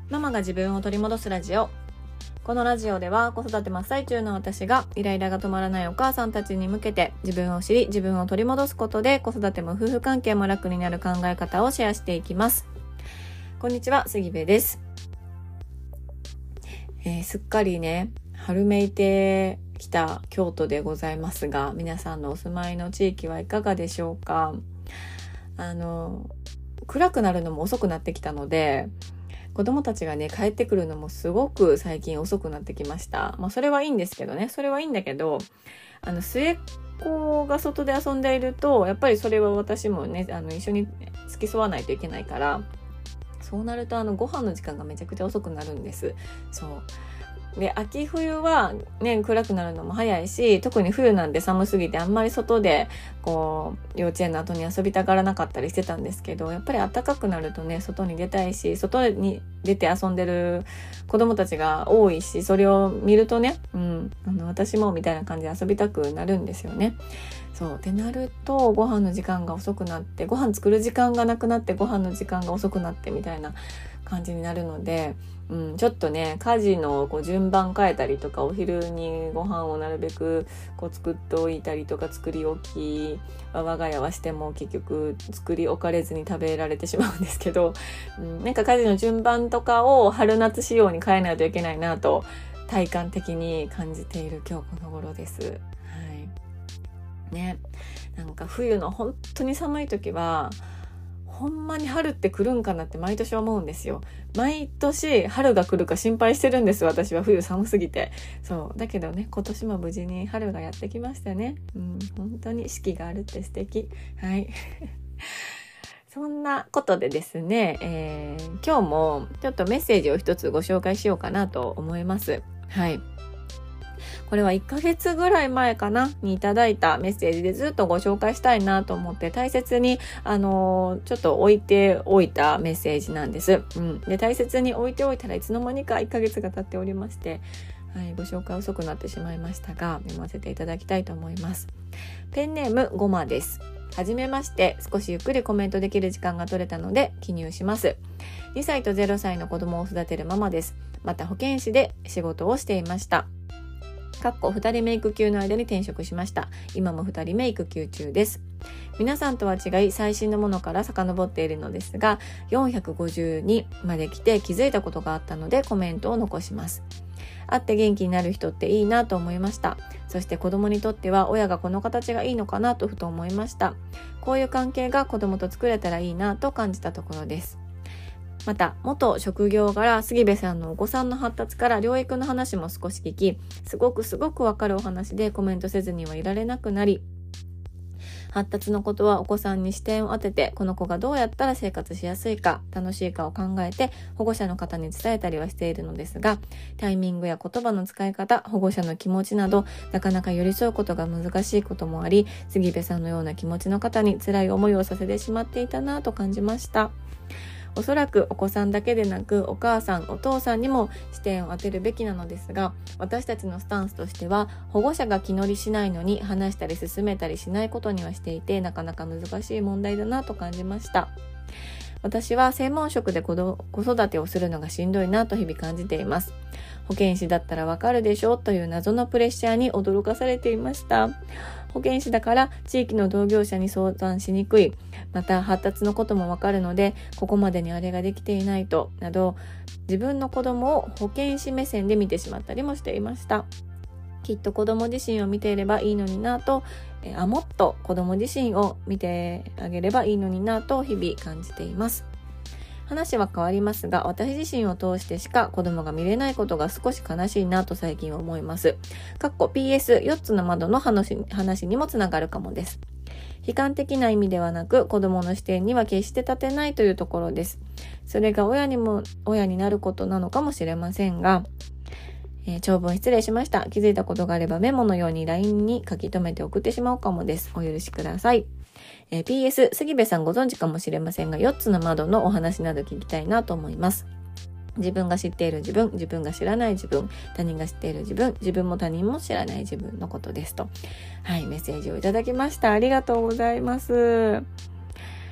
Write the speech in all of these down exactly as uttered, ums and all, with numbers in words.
ママが自分を取り戻すラジオ。このラジオでは子育て真っ最中の私がイライラが止まらないお母さんたちに向けて自分を知り自分を取り戻すことで子育ても夫婦関係も楽になる考え方をシェアしていきます。こんにちは、杉部です。えー、すっかりね春めいてきた京都でございますが、皆さんのお住まいの地域はいかがでしょうか。あの暗くなるのも遅くなってきたので、子供たちがね帰ってくるのもすごく最近遅くなってきました。まあそれはいいんですけどねそれはいいんだけどあの末っ子が外で遊んでいるとやっぱりそれは私もねあの一緒に付き添わないといけないから、そうなるとあのご飯の時間がめちゃくちゃ遅くなるんです。そうで秋冬はね暗くなるのも早いし、特に冬なんで寒すぎてあんまり外でこう幼稚園の後に遊びたがらなかったりしてたんですけど、やっぱり暖かくなるとね外に出たいし、外に出て遊んでる子供たちが多いし、それを見るとね、うん、あの私もみたいな感じで遊びたくなるんですよね。そうってなるとご飯の時間が遅くなって、ご飯作る時間がなくなってご飯の時間が遅くなってみたいな感じになるので、うん、ちょっとね家事のこう順番変えたりとか、お昼にご飯をなるべくこう作っておいたりとか、作り置き我が家はしても結局作り置かれずに食べられてしまうんですけど、うん、なんか家事の順番とかを春夏仕様に変えないといけないなと体感的に感じている今日この頃です。はいね、なんか冬の本当に寒い時はほんまに春って来るんかなって毎年思うんですよ。毎年春が来るか心配してるんです。私は冬寒すぎて。そうだけどね今年も無事に春がやってきましたね。うん、本当に四季があるって素敵。はいそんなことでですね、えー、今日もちょっとメッセージを一つご紹介しようかなと思います。はいこれはいっかげつぐらい前かなにいただいたメッセージで、ずっとご紹介したいなと思って大切にあのー、ちょっと置いておいたメッセージなんです、うん、で大切に置いておいたらいつの間にかいっかげつが経っておりまして、はい、ご紹介遅くなってしまいましたが読ませていただきたいと思います。ペンネームごまです。はじめまして。少しゆっくりコメントできる時間が取れたので記入します。にさいとゼロさいの子供を育てるママです。また保健師で仕事をしていました。かっこふたりめ育休の間に転職しました。今もふたりめ育休中です。皆さんとは違い最新のものから遡っているのですが、よんひゃくごじゅうにまで来て気づいたことがあったのでコメントを残します。会って元気になる人っていいなと思いました。そして子供にとっては親がこの形がいいのかなとふと思いました。こういう関係が子供と作れたらいいなと感じたところです。また元職業柄杉部さんのお子さんの発達から療育の話も少し聞き、すごくすごくわかるお話でコメントせずにはいられなくなり、発達のことはお子さんに視点を当てて、この子がどうやったら生活しやすいか楽しいかを考えて保護者の方に伝えたりはしているのですが、タイミングや言葉の使い方、保護者の気持ちなどなかなか寄り添うことが難しいこともあり、杉部さんのような気持ちの方に辛い思いをさせてしまっていたなと感じました。おそらくお子さんだけでなくお母さんお父さんにも視点を当てるべきなのですが、私たちのスタンスとしては保護者が気乗りしないのに話したり進めたりしないことにはしていて、なかなか難しい問題だなと感じました。私は専門職で子育てをするのがしんどいなと日々感じています。保健師だったらわかるでしょという謎のプレッシャーに驚かされていました。保健師だから地域の同業者に相談しにくい、また発達のこともわかるのでここまでにあれができていないとなど、自分の子供を保健師目線で見てしまったりもしていました。きっと子供自身を見ていればいいのになと、えあもっと子供自身を見てあげればいいのになと日々感じています。話は変わりますが、私自身を通してしか子供が見れないことが少し悲しいなと最近思います。かっこ ピーエスよっ つの窓の話、話にもつながるかもです。悲観的な意味ではなく、子供の視点には決して立てないというところです。それが親にも親になることなのかもしれませんが、えー、長文失礼しました。気づいたことがあればメモのように ライン に書き留めて送ってしまおうかもです。お許しください。えー、ピーエス 杉部さんご存知かもしれませんが、よっつの窓のお話など聞きたいなと思います。自分が知っている自分、自分が知らない自分、他人が知っている自分、自分も他人も知らない自分のことですと、はい、メッセージをいただきました。ありがとうございます。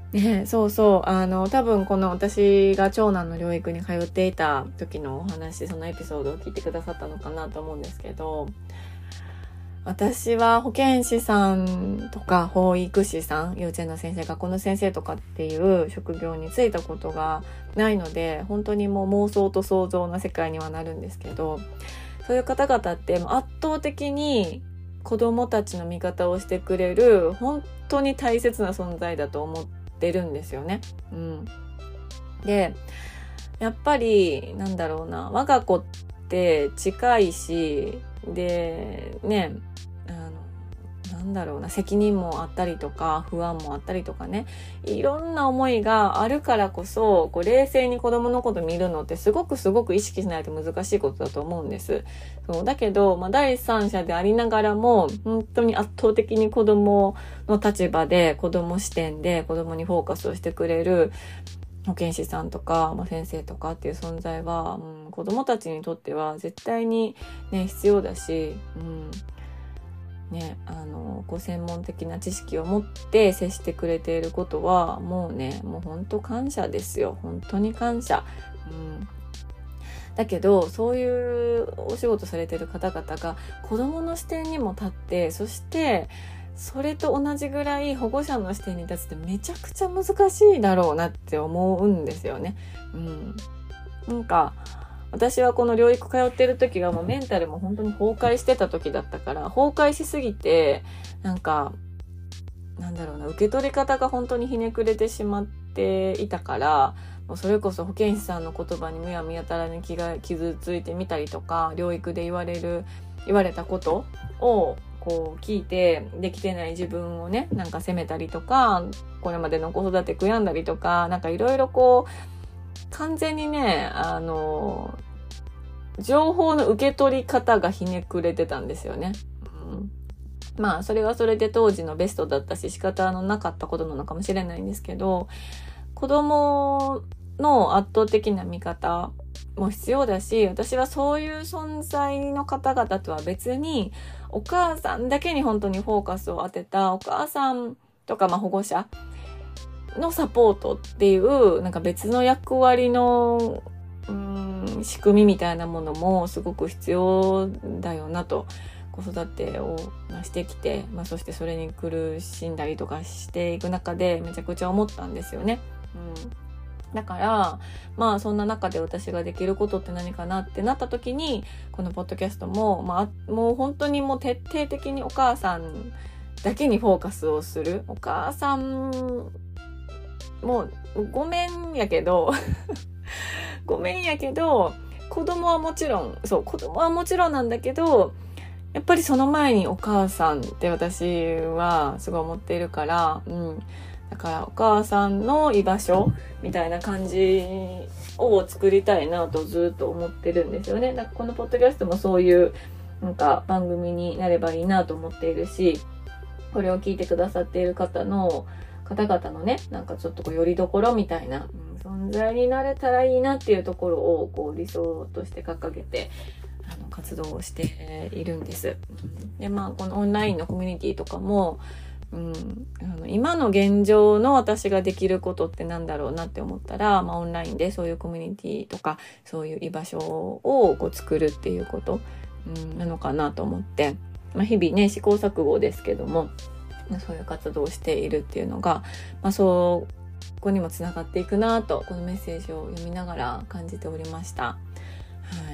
ね、そうそう。あの、多分この私が長男の療育に通っていた時のお話、そのエピソードを聞いてくださったのかなと思うんですけど、私は保健師さんとか保育士さん、幼稚園の先生、学校の先生とかっていう職業に就いたことがないので、本当にもう妄想と想像の世界にはなるんですけど、そういう方々って圧倒的に子供たちの味方をしてくれる本当に大切な存在だと思ってるんですよね。うん。で、やっぱりなんだろうな、我が子って近いし、でね、あのなんだろうな、責任もあったりとか不安もあったりとかね、いろんな思いがあるからこそ、こう冷静に子供のこと見るのってすごくすごく意識しないと難しいことだと思うんです。そうだけど、まあ、第三者でありながらも本当に圧倒的に子供の立場で、子供視点で子供にフォーカスをしてくれる保健師さんとか、まあ、先生とかっていう存在は、うん、子供たちにとっては絶対に、ね、必要だし、うんね、あのこう専門的な知識を持って接してくれていることはもうね、もう本当感謝ですよ。本当に感謝。うん、だけどそういうお仕事されてる方々が子供の視点にも立って、そしてそれと同じぐらい保護者の視点に立つってめちゃくちゃ難しいだろうなって思うんですよね。うん、なんか私はこの療育通ってる時がもうメンタルも本当に崩壊してた時だったから、崩壊しすぎてなんかなんだろうな、受け取り方が本当にひねくれてしまっていたから、もうそれこそ保健師さんの言葉にむやみやたらに気が傷ついてみたりとか、療育で言われる言われたことをこう聞いてできてない自分をね、なんか責めたりとか、これまでの子育て悔やんだりとか、なんかいろいろこう完全にね、あの情報の受け取り方がひねくれてたんですよね。うん、まあそれはそれで当時のベストだったし仕方のなかったことなのかもしれないんですけど、子供の圧倒的な見方も必要だし、私はそういう存在の方々とは別にお母さんだけに本当にフォーカスを当てたお母さんとか、まあ保護者のサポートっていうなんか別の役割のうーん仕組みみたいなものもすごく必要だよなと、子育てをしてきて、まあ、そしてそれに苦しんだりとかしていく中でめちゃくちゃ思ったんですよね。うん、だからまあそんな中で私ができることって何かなってなった時に、このポッドキャストも、まあ、もう本当にもう徹底的にお母さんだけにフォーカスをする。お母さんもうごめんやけどごめんやけど子供はもちろんそう子供はもちろんなんだけど、やっぱりその前にお母さんって私はすごい思っているから、うん、だからお母さんの居場所みたいな感じを作りたいなとずっと思ってるんですよね。だからこのポッドキャストもそういうなんか番組になればいいなと思っているし、これを聞いてくださっている方の方々のね、なんかちょっとこうよりどころみたいな、うん、存在になれたらいいなっていうところをこう理想として掲げてあの活動をしているんです。で、まあこのオンラインのコミュニティとかも、うん、あの今の現状の私ができることってなんだろうなって思ったら、まあ、オンラインでそういうコミュニティとかそういう居場所をこう作るっていうこと、うん、なのかなと思って、まあ、日々ね試行錯誤ですけどもそういう活動をしているっていうのが、まあ、そこにもつながっていくなとこのメッセージを読みながら感じておりました。はい、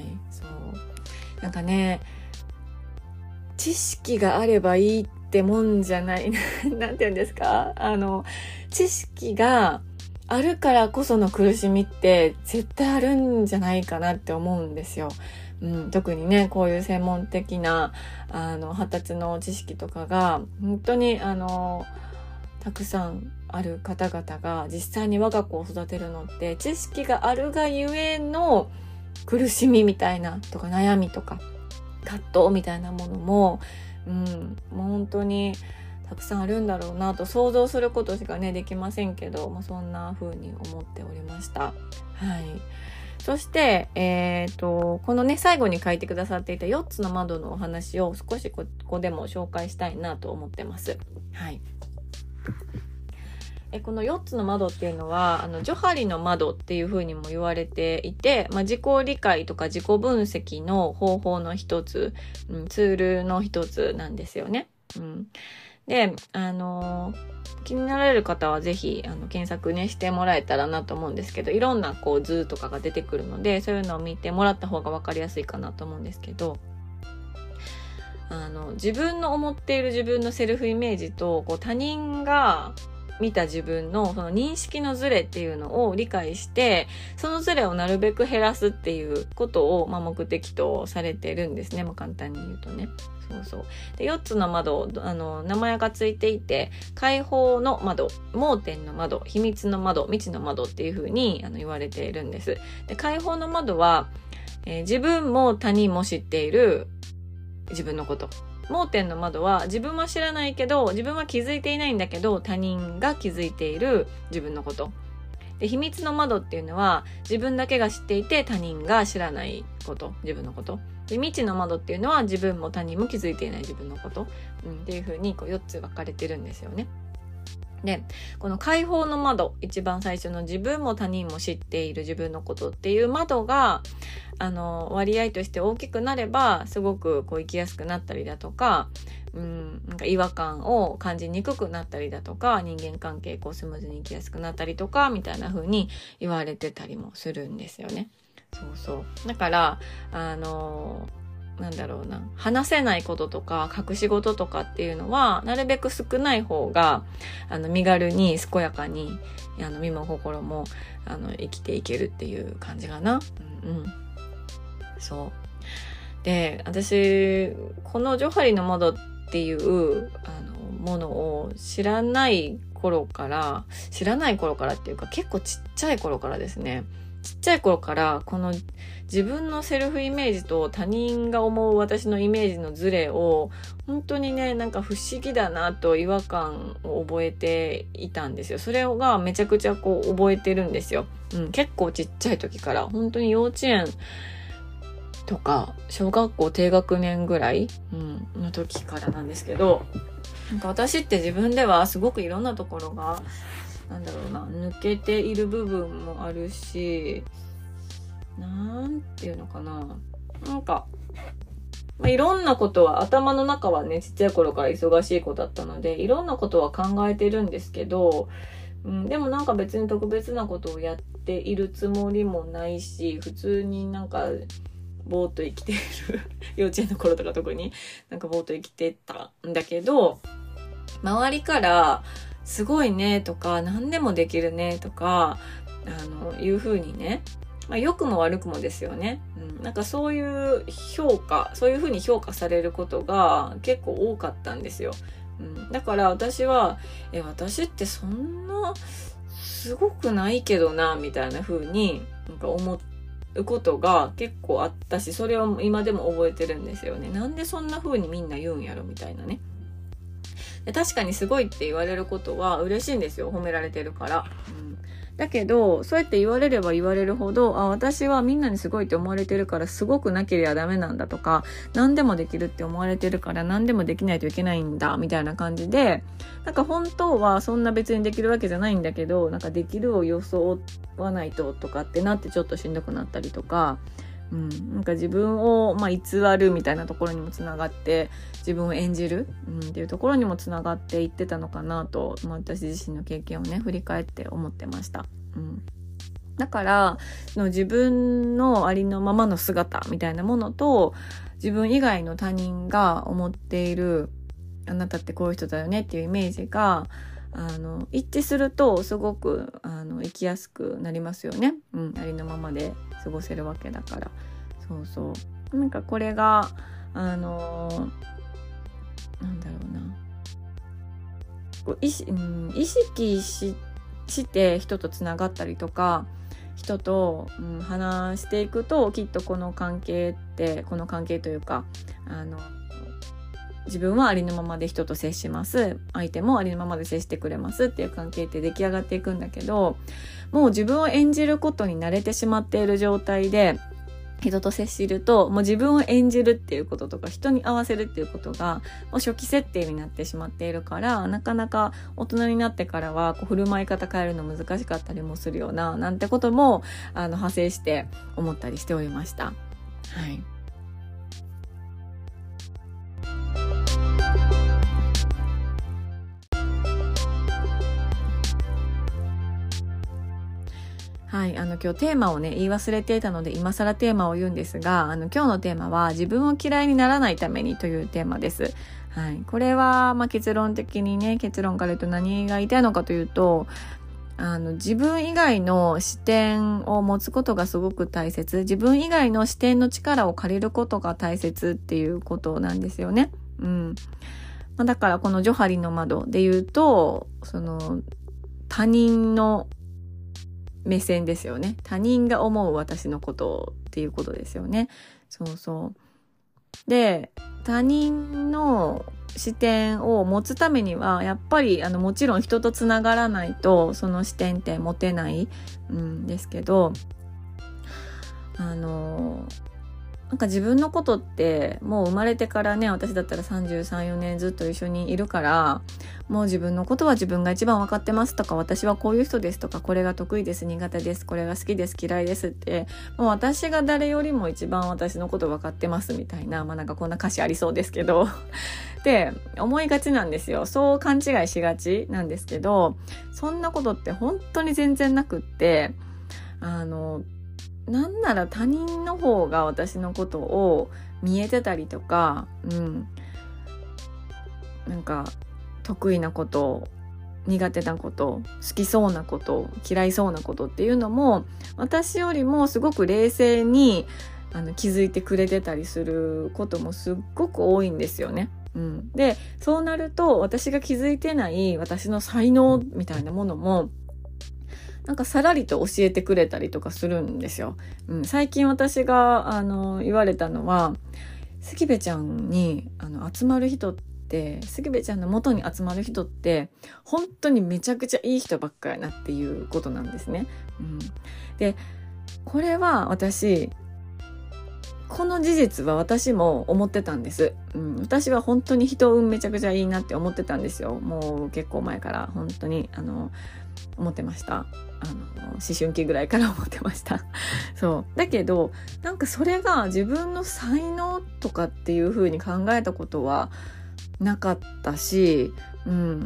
そうなんかね、知識があればいいってもんじゃないなんて言うんですか、あの知識があるからこその苦しみって絶対あるんじゃないかなって思うんですよ。うん、特にねこういう専門的なあの発達の知識とかが本当にあのたくさんある方々が実際に我が子を育てるのって知識があるがゆえの苦しみみたいなとか悩みとか葛藤みたいなものも、うん、もう本当にたくさんあるんだろうなと想像することしかねできませんけど、まあ、そんな風に思っておりました。はい。そして、えーと、このね最後に書いてくださっていたよっつの窓のお話を少しここでも紹介したいなと思ってます。はい。 えこのよっつの窓っていうのはあのジョハリの窓っていう風にも言われていて、まあ、自己理解とか自己分析の方法の一つ、うん、ツールの一つなんですよね。うん、で、あのー、気になられる方はぜひあの検索ねしてもらえたらなと思うんですけど、いろんなこう図とかが出てくるので、そういうのを見てもらった方が分かりやすいかなと思うんですけど、あの自分の思っている自分のセルフイメージとこう他人が見た自分のその認識のズレっていうのを理解して、そのズレをなるべく減らすっていうことを、まあ、目的とされてるんですね。まあ、簡単に言うとね。そうそう。で、よっつの窓、あの、名前がついていて、解放の窓、盲点の窓、秘密の窓、未知の窓っていう風にあの言われているんです。で、解放の窓は、えー、自分も他人も知っている自分のこと。盲点の窓は自分は知らないけど、自分は気づいていないんだけど、他人が気づいている自分のこと。で、秘密の窓っていうのは自分だけが知っていて他人が知らないこと、自分のこと。で、未知の窓っていうのは自分も他人も気づいていない自分のこと、うん、っていう風にこうよっつ分かれてるんですよね。で、この解放の窓、一番最初の自分も他人も知っている自分のことっていう窓があの割合として大きくなれば、すごくこう生きやすくなったりだとか、うん、なんか違和感を感じにくくなったりだとか、人間関係こうスムーズに生きやすくなったりとかみたいな風に言われてたりもするんですよね。そうそう。だからあのなんだろうな、話せないこととか隠し事とかっていうのはなるべく少ない方があの身軽に健やかにあの身も心もあの生きていけるっていう感じかな。うんうん、そうで、私このジョハリの窓っていうあのものを知らない頃から知らない頃からっていうか結構ちっちゃい頃からですね、ちっちゃい頃からこの自分のセルフイメージと他人が思う私のイメージのズレを本当にね、なんか不思議だなと違和感を覚えていたんですよ。それがめちゃくちゃこう覚えてるんですよ。うん、結構ちっちゃい時から、本当に幼稚園とか小学校低学年ぐらい、うん、の時からなんですけど、なんか私って自分ではすごくいろんなところがなんだろうな、抜けている部分もあるし、なんていうのかな、なんか、まあ、いろんなことは頭の中はね、ちっちゃい頃から忙しい子だったのでいろんなことは考えてるんですけど、うん、でもなんか別に特別なことをやっているつもりもないし、普通になんかぼーっと生きている幼稚園の頃とか特になんかぼーっと生きてたんだけど、周りからすごいねとか何でもできるねとかあのいう風にね、まあ、良くも悪くもですよね、うん、なんかそういう評価、そういう風に評価されることが結構多かったんですよ、うん、だから私はえ私ってそんなすごくないけどなみたいな風になんか思うことが結構あったし、それを今でも覚えてるんですよね。なんでそんな風にみんな言うんやろみたいなね。で確かにすごいって言われることは嬉しいんですよ、褒められてるから、うん、だけどそうやって言われれば言われるほど、あ、私はみんなにすごいって思われてるからすごくなければダメなんだとか、何でもできるって思われてるから何でもできないといけないんだみたいな感じで、なんか本当はそんな別にできるわけじゃないんだけど、なんかできるを装わないととかってなってちょっとしんどくなったりとか、うん、なんか自分を、まあ、偽るみたいなところにもつながって、自分を演じる、うん、っていうところにもつながっていってたのかなと、まあ、私自身の経験をね振り返って思ってました、うん、だからの自分のありのままの姿みたいなものと自分以外の他人が思っているあなたってこういう人だよねっていうイメージがあの一致するとすごくあの生きやすくなりますよね、うん、ありのままで過ごせるわけだから。そうそうなんかこれがあのなんだろうなこう意識、うん、意識し、して人とつながったりとか人と、うん、話していくときっとこの関係ってこの関係というかあの自分はありのままで人と接します、相手もありのままで接してくれますっていう関係って出来上がっていくんだけど、もう自分を演じることに慣れてしまっている状態で人と接するともう自分を演じるっていうこととか人に合わせるっていうことがもう初期設定になってしまっているから、なかなか大人になってからはこう振る舞い方変えるの難しかったりもするようななんてこともあの派生して思ったりしておりました。はい。はい、あの今日テーマをね言い忘れていたので今更テーマを言うんですが、あの今日のテーマは自分を嫌いにならないためにというテーマです。はい、これはまあ結論的にね、結論から言うと何が言いたいのかというと、あの自分以外の視点を持つことがすごく大切、自分以外の視点の力を借りることが大切っていうことなんですよね。うん。まあ、だからこのジョハリの窓で言うと、その他人の目線ですよね。他人が思う私のことっていうことですよね。そうそう。で、他人の視点を持つためにはやっぱりあのもちろん人とつながらないとその視点って持てないんですけど、あのなんか自分のことってもう生まれてからね、私だったらさんじゅうさん、よねんずっと一緒にいるから、もう自分のことは自分が一番分かってますとか、私はこういう人ですとか、これが得意です、苦手です、これが好きです、嫌いですって、もう私が誰よりも一番私のこと分かってますみたいな、まあなんかこんな歌詞ありそうですけどって思いがちなんですよ。そう勘違いしがちなんですけど、そんなことって本当に全然なくって、あのなんなら他人の方が私のことを見えてたりとか、うん、なんか得意なこと、苦手なこと、好きそうなこと、嫌いそうなことっていうのも私よりもすごく冷静にあの気づいてくれてたりすることもすっごく多いんですよね。うん、で、そうなると私が気づいてない私の才能みたいなものもなんかさらりと教えてくれたりとかするんですよ。うん、最近私があの言われたのは、杉部ちゃんにあの集まる人って、杉部ちゃんの元に集まる人って本当にめちゃくちゃいい人ばっかやなっていうことなんですね。うん、で、これは私この事実は私も思ってたんです。うん、私は本当に人運めちゃくちゃいいなって思ってたんですよ。もう結構前から本当にあの思ってました。あの思春期ぐらいから思ってましたそうだけど、なんかそれが自分の才能とかっていう風に考えたことはなかったし、うん、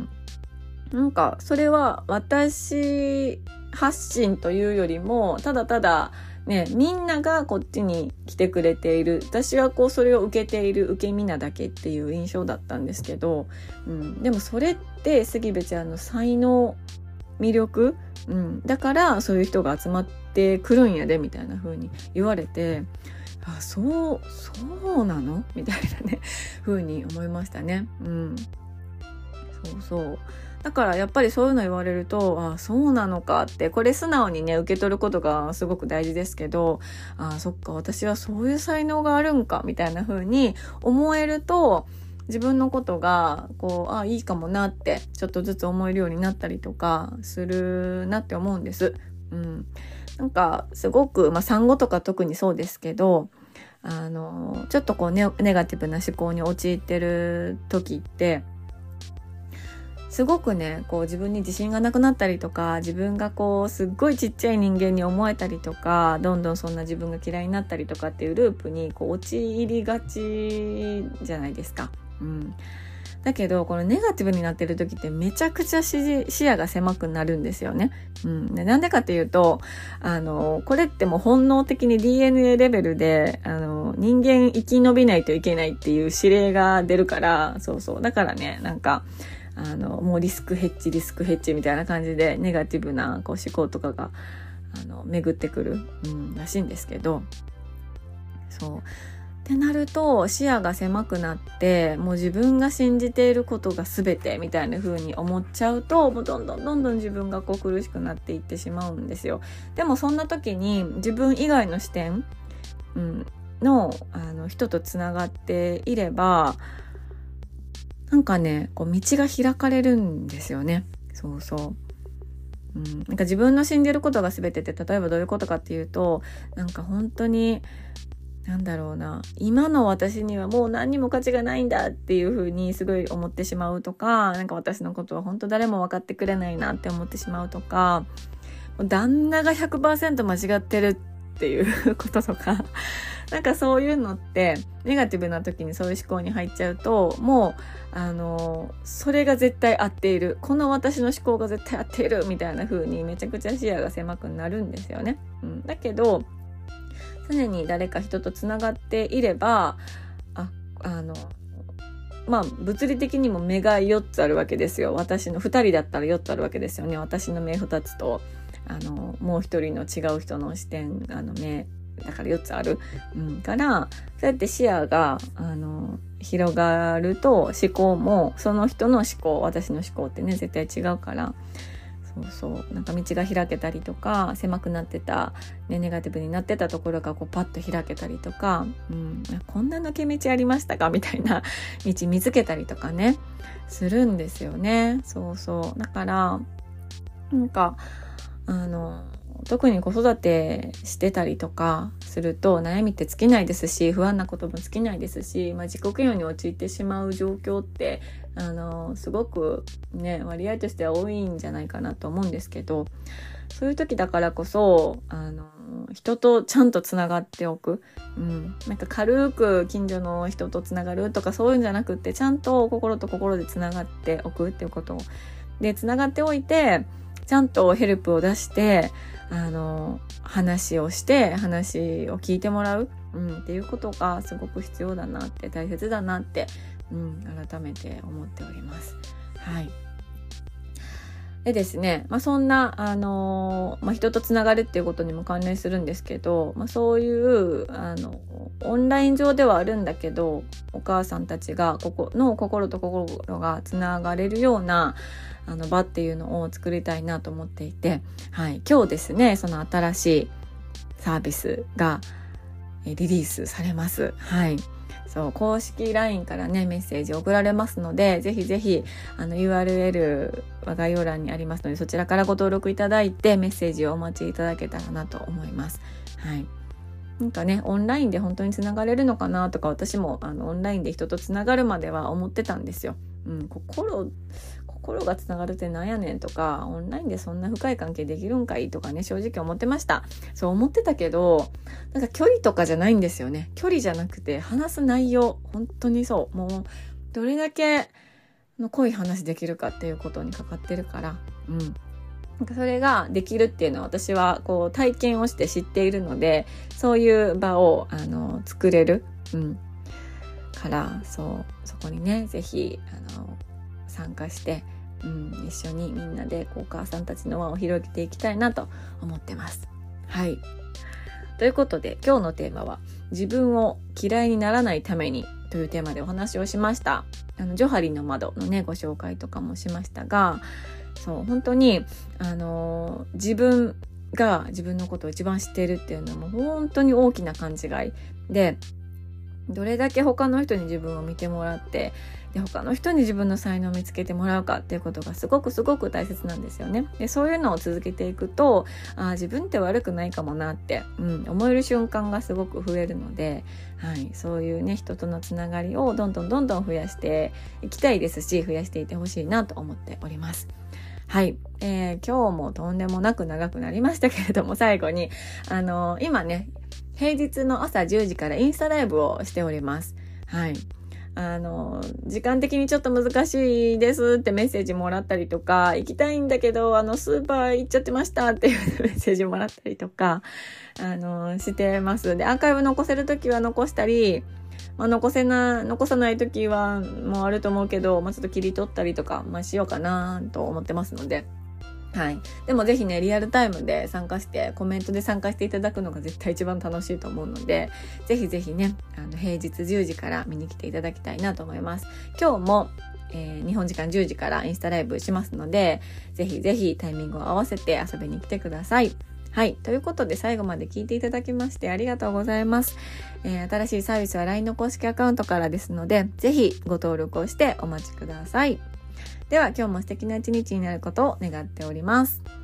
なんかそれは私発信というよりもただただね、みんながこっちに来てくれている、私はこうそれを受けている受け身なだけっていう印象だったんですけど、うん、でもそれって杉部ちゃんの才能、魅力、うん、だからそういう人が集まってくるんやでみたいな風に言われて、あ、そうそうなのみたいなね風に思いましたね。うん、そうそうだからやっぱりそういうの言われると、あ、そうなのかって、これ素直にね受け取ることがすごく大事ですけど、あ、そっか、私はそういう才能があるんかみたいな風に思えると、自分のことがこう、あ、いいかもなってちょっとずつ思えるようになったりとかするなって思うんです。うん、なんかすごく、まあ、産後とか特にそうですけど、あのちょっとこう ネ, ネガティブな思考に陥ってる時ってすごくね、こう自分に自信がなくなったりとか、自分がこうすっごいちっちゃい人間に思えたりとか、どんどんそんな自分が嫌いになったりとかっていうループにこう陥りがちじゃないですか。うん、だけどこのネガティブになってる時ってめちゃくちゃ視野が狭くなるんですよね。うん、でなんでかっていうと、あのこれってもう本能的に ディーエヌエー レベルであの人間生き延びないといけないっていう指令が出るから、そうそう、だからね、なんかあのもうリスクヘッジリスクヘッジみたいな感じでネガティブなこう思考とかがあの巡ってくる、うん、らしいんですけど、そうってなると視野が狭くなって、もう自分が信じていることが全てみたいな風に思っちゃうと、もうどんどんどんどん自分がこう苦しくなっていってしまうんですよ。でもそんな時に自分以外の視点、うん、の, あの人とつながっていれば、なんかね、こう道が開かれるんですよね。そうそう。 うん、なんか自分の信じることが全てって例えばどういうことかっていうと、なんか本当になんだろうな、今の私にはもう何にも価値がないんだっていう風にすごい思ってしまうとか、なんか私のことは本当誰も分かってくれないなって思ってしまうとか、旦那が ひゃくパーセント 間違ってるっていうこととかなんかそういうのってネガティブな時にそういう思考に入っちゃうと、もうあのそれが絶対合っている、この私の思考が絶対合っているみたいな風にめちゃくちゃ視野が狭くなるんですよね、うん、だけど常に誰か人とつながっていれば、あ、あのまあ物理的にも目がよっつあるわけですよ。私のふたりだったらよっつあるわけですよね。私の目ふたつとあのもう一人の違う人の視点、あの目だからよっつある、うん、からそうやって視野があの広がると、思考もその人の思考、私の思考ってね絶対違うから、そうそうなんか道が開けたりとか、狭くなってた、ね、ネガティブになってたところがこうパッと開けたりとか、うん、こんな抜け道ありましたかみたいな道見つけたりとかねするんですよね。そうそうだからなんかあの特に子育てしてたりとかすると悩みって尽きないですし、不安なことも尽きないですし、まあ、自己嫌悪に陥ってしまう状況ってあのすごくね割合としては多いんじゃないかなと思うんですけど、そういう時だからこそあの人とちゃんとつながっておく、うん、なんか軽く近所の人とつながるとかそういうんじゃなくって、ちゃんと心と心でつながっておくっていうことで、つながっておいてちゃんとヘルプを出してあの話をして話を聞いてもらう、うん、っていうことがすごく必要だなって、大切だなって、うん、改めて思っております。はい。でですね、まあ、そんな、あのまあ、人とつながるっていうことにも関連するんですけど、まあ、そういうあのオンライン上ではあるんだけど、お母さんたちがここの心と心がつながれるようなあの場っていうのを作りたいなと思っていて、はい、今日ですねその新しいサービスがリリースされます。はい、そう公式 ライン からねメッセージ送られますので、ぜひぜひあの ユーアールエル は概要欄にありますので、そちらからご登録いただいてメッセージをお待ちいただけたらなと思います。はい、なんかねオンラインで本当につながれるのかなとか、私もあのオンラインで人とつながるまでは思ってたんですよ。うん、心心がつながるってなんやねんとか、オンラインでそんな深い関係できるんかいとかね、正直思ってました。そう思ってたけど、なんか距離とかじゃないんですよね。距離じゃなくて話す内容、本当にそう、もうどれだけの濃い話できるかっていうことにかかってるから、うん、なんかそれができるっていうのは私はこう体験をして知っているので、そういう場をあの作れる、うん、からそうそこにねぜひあの参加して、うん、一緒にみんなでお母さんたちの輪を広げていきたいなと思ってます。はい。ということで今日のテーマは自分を嫌いにならないためにというテーマでお話をしました。あのジョハリの窓のねご紹介とかもしましたが、そう本当にあのー、自分が自分のことを一番知っているっていうのも本当に大きな勘違いで、どれだけ他の人に自分を見てもらってで他の人に自分の才能を見つけてもらうかっていうことがすごくすごく大切なんですよね。でそういうのを続けていくと、あ自分って悪くないかもなって、うん、思える瞬間がすごく増えるので、はい、そういうね人とのつながりをどんどんどんどん増やしていきたいですし、増やしていてほしいなと思っております。はい、えー、今日もとんでもなく長くなりましたけれども、最後にあのー、今ね平日の朝じゅうじからインスタライブをしております。はい。あの、時間的にちょっと難しいですってメッセージもらったりとか、行きたいんだけど、あの、スーパー行っちゃってましたっていうメッセージもらったりとか、あの、してます。で、アーカイブ残せるときは残したり、まあ、残せな、残さないときはもうあると思うけど、まあ、ちょっと切り取ったりとか、まあ、しようかなと思ってますので、はい、でもぜひねリアルタイムで参加してコメントで参加していただくのが絶対一番楽しいと思うので、ぜひぜひねあの平日じゅうじから見に来ていただきたいなと思います。今日も、えー、日本時間じゅうじからインスタライブしますので、ぜひぜひタイミングを合わせて遊びに来てください。はい。ということで最後まで聞いていただきましてありがとうございます。えー、新しいサービスは ライン の公式アカウントからですので、ぜひご登録をしてお待ちください。では今日も素敵な一日になることを願っております。